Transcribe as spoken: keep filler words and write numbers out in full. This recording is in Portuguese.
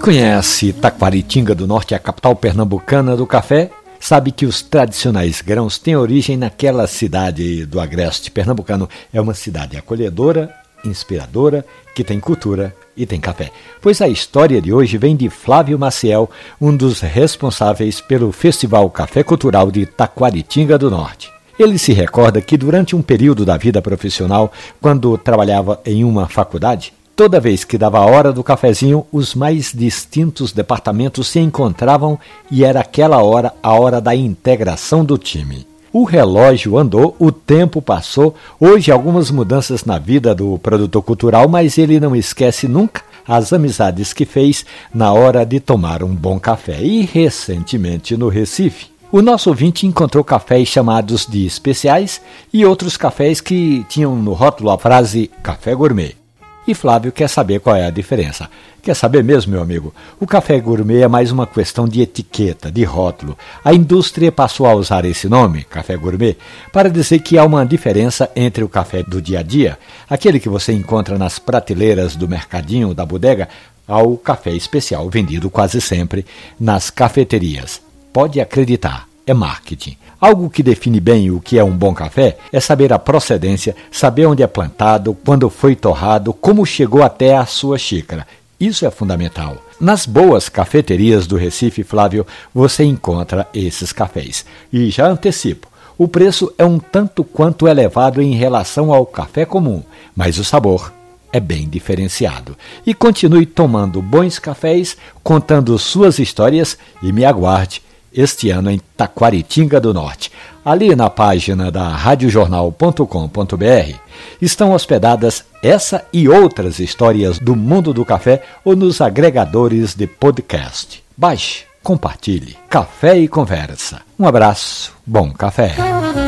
Conhece Taquaritinga do Norte, a capital pernambucana do café? Sabe que os tradicionais grãos têm origem naquela cidade do agreste pernambucano. É uma cidade acolhedora, inspiradora, que tem cultura e tem café. Pois a história de hoje vem de Flávio Maciel, um dos responsáveis pelo Festival Café Cultural de Taquaritinga do Norte. Ele se recorda que durante um período da vida profissional, quando trabalhava em uma faculdade, toda vez que dava a hora do cafezinho, os mais distintos departamentos se encontravam e era aquela hora a hora da integração do time. O relógio andou, o tempo passou, hoje algumas mudanças na vida do produtor cultural, mas ele não esquece nunca as amizades que fez na hora de tomar um bom café. E recentemente no Recife, o nosso ouvinte encontrou cafés chamados de especiais e outros cafés que tinham no rótulo a frase café gourmet. E Flávio quer saber qual é a diferença. Quer saber mesmo, meu amigo? O café gourmet é mais uma questão de etiqueta, de rótulo. A indústria passou a usar esse nome, café gourmet, para dizer que há uma diferença entre o café do dia a dia, aquele que você encontra nas prateleiras do mercadinho, da bodega, ao café especial, vendido quase sempre nas cafeterias. Pode acreditar, é marketing. Algo que define bem o que é um bom café é saber a procedência, saber onde é plantado, quando foi torrado, como chegou até a sua xícara. Isso é fundamental. Nas boas cafeterias do Recife, Flávio, você encontra esses cafés. E já antecipo, o preço é um tanto quanto elevado em relação ao café comum, mas o sabor é bem diferenciado. E continue tomando bons cafés, contando suas histórias e me aguarde este ano em Taquaritinga do Norte. Ali na página da rádio jornal ponto com ponto b r estão hospedadas essa e outras histórias do mundo do café ou nos agregadores de podcast. Baixe, compartilhe. Café e conversa. Um abraço, bom café.